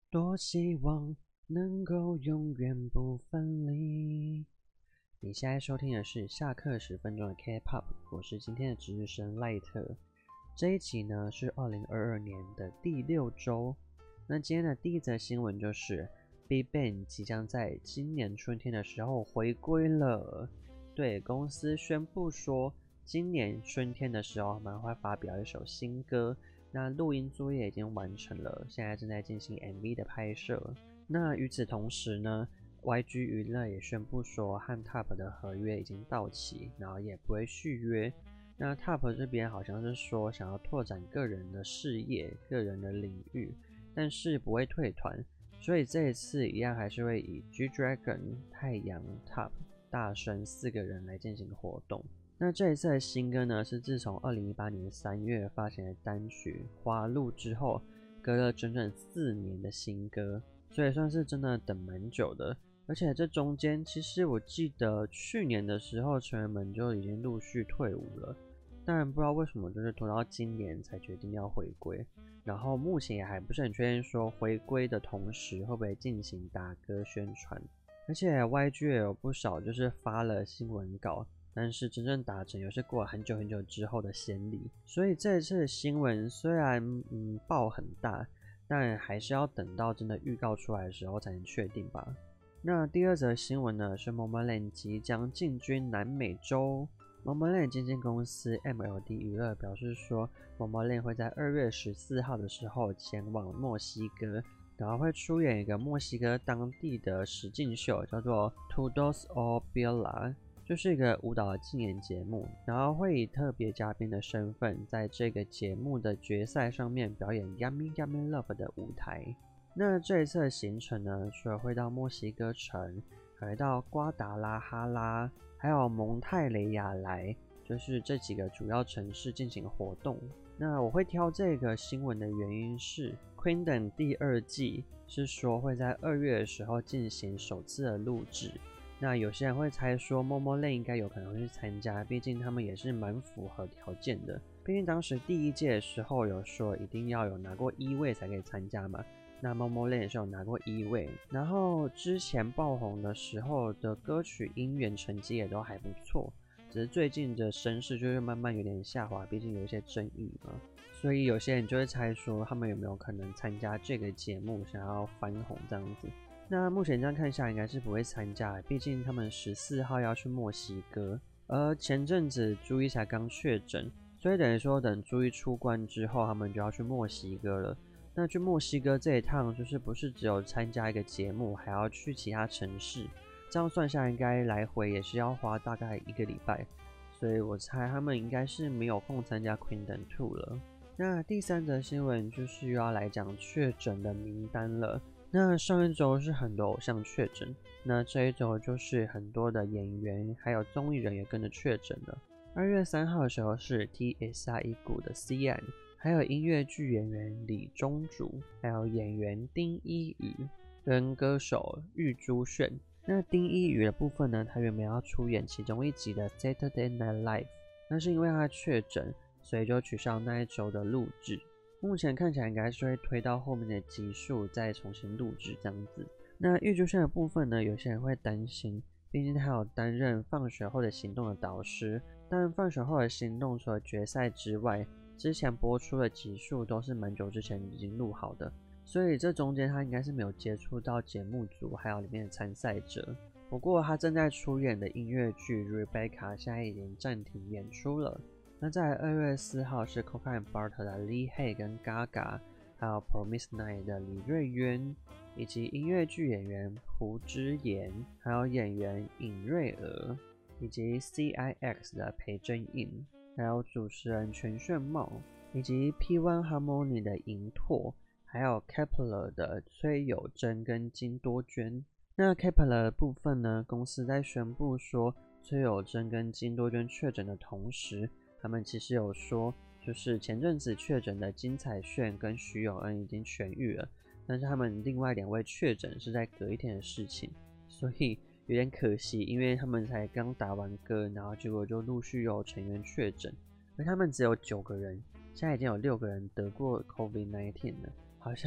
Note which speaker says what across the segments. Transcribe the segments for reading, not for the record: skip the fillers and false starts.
Speaker 1: 多希望能够永远不分离。你现在收听的是下课10分钟的 K-pop， 我是今天的值日生赖特。这一集呢是2022年的第6周。那今天的第一则新闻就是 BigBang 即将在今年春天的时候回归了。对，公司宣布说今年春天的时候他们会发表一首新歌，那录音作业已经完成了，现在正在进行 MV 的拍摄。那与此同时呢， YG 娱乐也宣布说和 TOP 的合约已经到期，然后也不会续约。那 TOP 这边好像是说想要拓展个人的事业、个人的领域，但是不会退团，所以这一次一样还是会以 G-Dragon、太阳、TOP、大神4个人来进行活动。那这一次的新歌呢，是自从2018年3月发行的单曲《花路》之后，隔了整整4年的新歌，所以算是真的等蛮久的。而且这中间，其实我记得去年的时候，成员们就已经陆续退伍了。当然不知道为什么，就是拖到今年才决定要回归。然后目前也还不是很确定说回归的同时会不会进行打歌宣传。而且 YG 也有不少就是发了新闻稿，但是真正达成也是过了很久很久之后的先例。所以这一次的新闻虽然爆很大，但还是要等到真的预告出来的时候才能确定吧。那第二则新闻呢，是 MOMOLAND 即将进军南美洲。MOMOLAND 经纪公司 MLD 娱乐表示说， MOMOLAND 会在2月14号的时候前往墨西哥，然后会出演一个墨西哥当地的实境秀，叫做 Todos o Baila， 就是一个舞蹈的竞演节目，然后会以特别嘉宾的身份，在这个节目的决赛上面表演 Yummy Yummy Love 的舞台。那这一次的行程呢，除了会到墨西哥城，还会到瓜达拉哈拉，还有蒙泰雷亚莱，就是这几个主要城市进行活动。那我会挑这个新闻的原因是 Queendom 第2季是说会在2月的时候进行首次的录制。那有些人会猜说 MOMOLAND 应该有可能会去参加，毕竟他们也是蛮符合条件的。毕竟当时第1届的时候有说一定要有拿过1位才可以参加嘛。那 MOMOLAND 也是有拿过1位，然后之前爆红的时候的歌曲音源成绩也都还不错，只是最近的声势就是慢慢有点下滑，毕竟有一些争议嘛，所以有些人就会猜说他们有没有可能参加这个节目，想要翻红这样子。那目前这样看下来应该是不会参加，毕竟他们14号要去墨西哥，而前阵子朱一才刚确诊，所以等于说等朱一出关之后，他们就要去墨西哥了。那去墨西哥这一趟，就是不是只有参加一个节目，还要去其他城市，这样算下来应该来回也是要花大概1个礼拜，所以我猜他们应该是没有空参加 Queendom 2了。那第3则新闻就是又要来讲确诊的名单了。那上一周是很多偶像确诊，那这一周就是很多的演员还有综艺人也跟着确诊了。2月3号的时候是 TSI 的 CN，还有音乐剧演员李钟祖，还有演员丁一宇跟歌手玉珠炫。那丁一宇的部分呢，他原本要出演其中一集的 Saturday Night Live， 但是因为他确诊，所以就取消那一周的录制。目前看起来应该是会推到后面的集数再重新录制这样子。那玉珠炫的部分呢，有些人会担心，毕竟他有担任放学后的行动的导师，但放学后的行动除了决赛之外，之前播出的集数都是蛮久之前已经录好的，所以这中间他应该是没有接触到节目组还有里面的参赛者。不过他正在出演的音乐剧 Rebecca 现在已经暂停演出了。那在2月4号是 Coca and Butter 的 Lee Hey 跟 Gaga， 还有 Promise Night 的李瑞渊，以及音乐剧演员胡之言，还有演员尹瑞娥，以及 CIX 的裴真印，还有主持人全炫茂，以及 P1 Harmony 的银拓，还有 Kep1er 的崔友珍跟金多娟。那 Kep1er 的部分呢，公司在宣布说崔友珍跟金多娟确诊的同时，他们其实有说，就是前阵子确诊的金彩炫跟徐永恩已经痊愈了，但是他们另外2位确诊是在隔一天的事情，所以有点可惜，因为他们才刚打完歌，然后结果就陆续有成员确诊，而他们只有9个人，现在已经有6个人得过 COVID-19 了，好像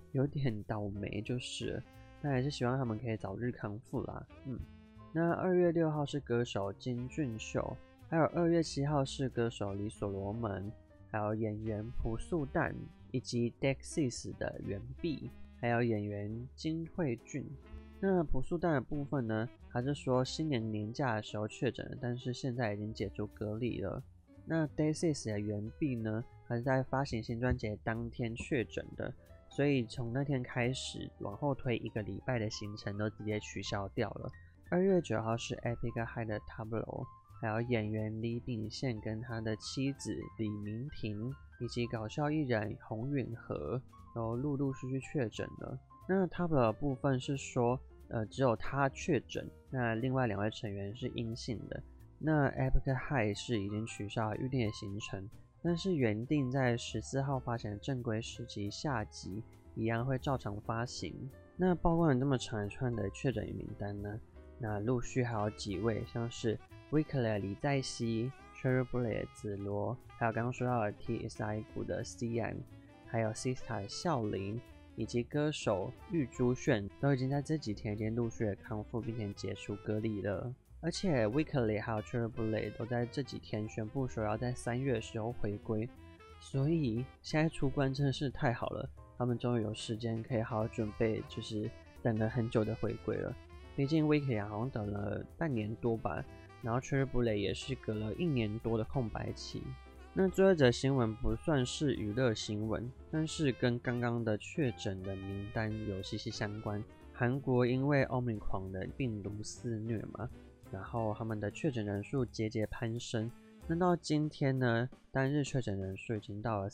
Speaker 1: 有点倒霉就是了，但还是希望他们可以早日康复啦。那2月6号是歌手金俊秀，还有2月7号是歌手李所罗门，还有演员朴素蛋，以及 Dexys 的袁碧，还有演员金惠俊。那朴素蛋的部分呢，还是说新年年假的时候确诊了，但是现在已经解除隔离了。那 Dexys 的袁碧呢，还是在发行新专辑当天确诊的，所以从那天开始往后推1个礼拜的行程都直接取消掉了。2月9号是 Epic High 的 Tableau， 还有演员李秉宪跟他的妻子李明婷，以及搞笑艺人洪允和都陆续确诊了。那 Tableau 的部分是说，只有他确诊，那另外2位成员是阴性的。那 Epic High 是已经取消了预定的行程，但是原定在14号发行的正规10集下集一样会照常发行。那曝光了这么长一串的确诊名单呢，那陆续还有几位，像是 Weekly 的李在熙、Cherry Bullet 的子罗，还有刚刚说到的 TSI 谷的 Cian， 还有 Sista 的孝琳，以及歌手玉珠炫都已经在这几天已经陆续的康复，并且解除隔离了。而且 Weekly 还有 Cherry Bullet 都在这几天宣布说要在3月的时候回归，所以现在出关真的是太好了，他们终于有时间可以好好准备，就是等了很久的回归了。毕竟 Weekly 好像等了半年多吧，然后 Cherry Bullet 也是隔了1年多的空白期。那最后一则新闻不算是娱乐新闻，但是跟刚刚的确诊的名单有息息相关。韩国因为 Omicron 的病毒肆虐嘛，然后他们的确诊人数节节攀升。那到今天呢，单日确诊人数已经到了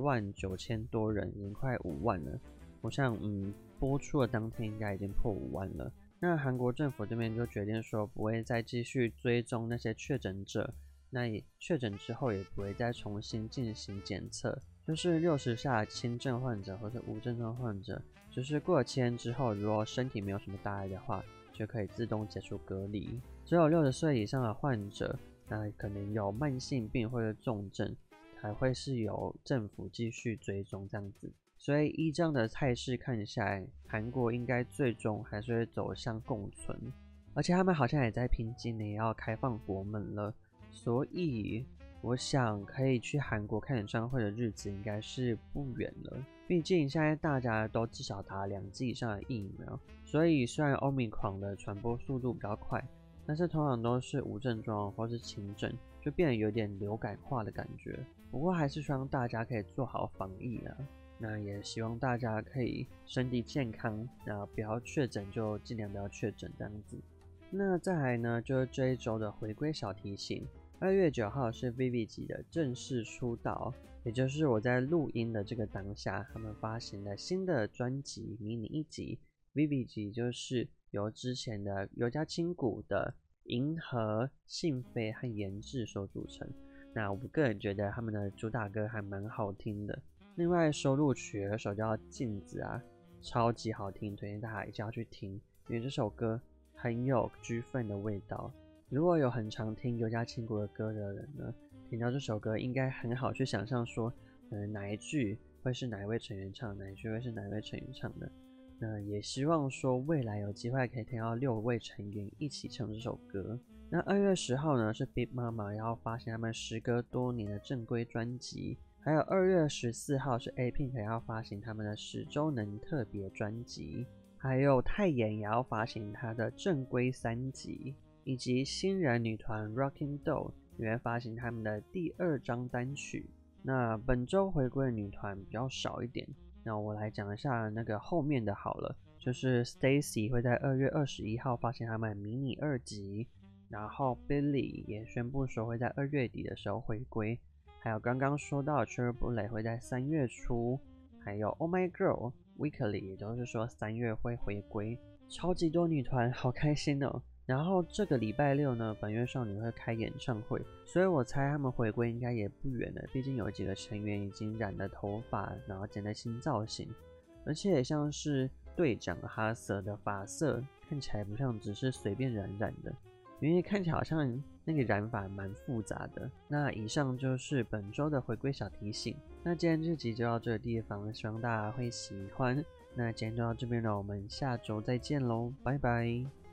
Speaker 1: 49000多人，已经快5万了。我想，播出的当天应该已经破5万了。那韩国政府这边就决定说，不会再继续追踪那些确诊者，那也确诊之后也不会再重新进行检测，就是60下的轻症患者或者无症状患者，就是过了7天之后，如果身体没有什么大碍的话，就可以自动解除隔离。只有60岁以上的患者，那可能有慢性病或者重症，还会是由政府继续追踪这样子。所以依这样的态势看下来，韩国应该最终还是会走向共存，而且他们好像也在拼今年要开放国门了，所以我想可以去韩国看演唱会的日子应该是不远了。毕竟现在大家都至少打2剂以上的疫苗，所以虽然 Omicron 的传播速度比较快，但是通常都是无症状或是轻症，就变得有点流感化的感觉。不过还是希望大家可以做好防疫啊。那也希望大家可以身体健康，那不要确诊就尽量不要确诊这样子。那再来呢，就是这一周的回归小提醒。2月9号是 Vivi 的正式出道，也就是我在录音的这个当下，他们发行了新的专辑迷你1集。Vivi 就是由之前的尤佳清谷的银河、信飞和研志所组成。那我个人觉得他们的主打歌还蛮好听的。另外收录曲有一首叫镜子啊，超级好听，推荐大家一定要去听，因为这首歌很有G粉的味道。如果有很常听尤佳清谷的歌的人呢，听到这首歌应该很好去想象说，哪一句会是哪一位成员唱，哪一句会是哪一位成员唱的。那也希望说未来有机会可以听到6位成员一起唱这首歌。那2月10号呢是 Big Mama 要发行他们时隔多年的正规专辑。还有2月14号是 A-Pink 要发行他们的10周年特别专辑，还有泰妍也要发行他的正规3辑，以及新人女团 Rocking Doll 也会发行他们的第2张单曲。那本周回归的女团比较少一点，那我来讲一下那个后面的好了，就是 Stacy 会在2月21号发行他们迷你2辑，然后 Billy 也宣布说会在2月底的时候回归。还有刚刚说到 Cherry Bullet 会在3月初，还有 Oh My Girl Weekly 也就是说3月会回归，超级多女团，好开心哦。然后这个礼拜6呢，本月少女会开演唱会，所以我猜他们回归应该也不远了，毕竟有几个成员已经染了头发，然后剪了新造型，而且也像是队长哈瑟的发色看起来不像只是随便染的，因为看起来好像那个染法蛮复杂的。那以上就是本周的回归小提醒。那今天这集就到这个地方，希望大家会喜欢。 那今天就到这边了，我们下周再见喽，拜拜。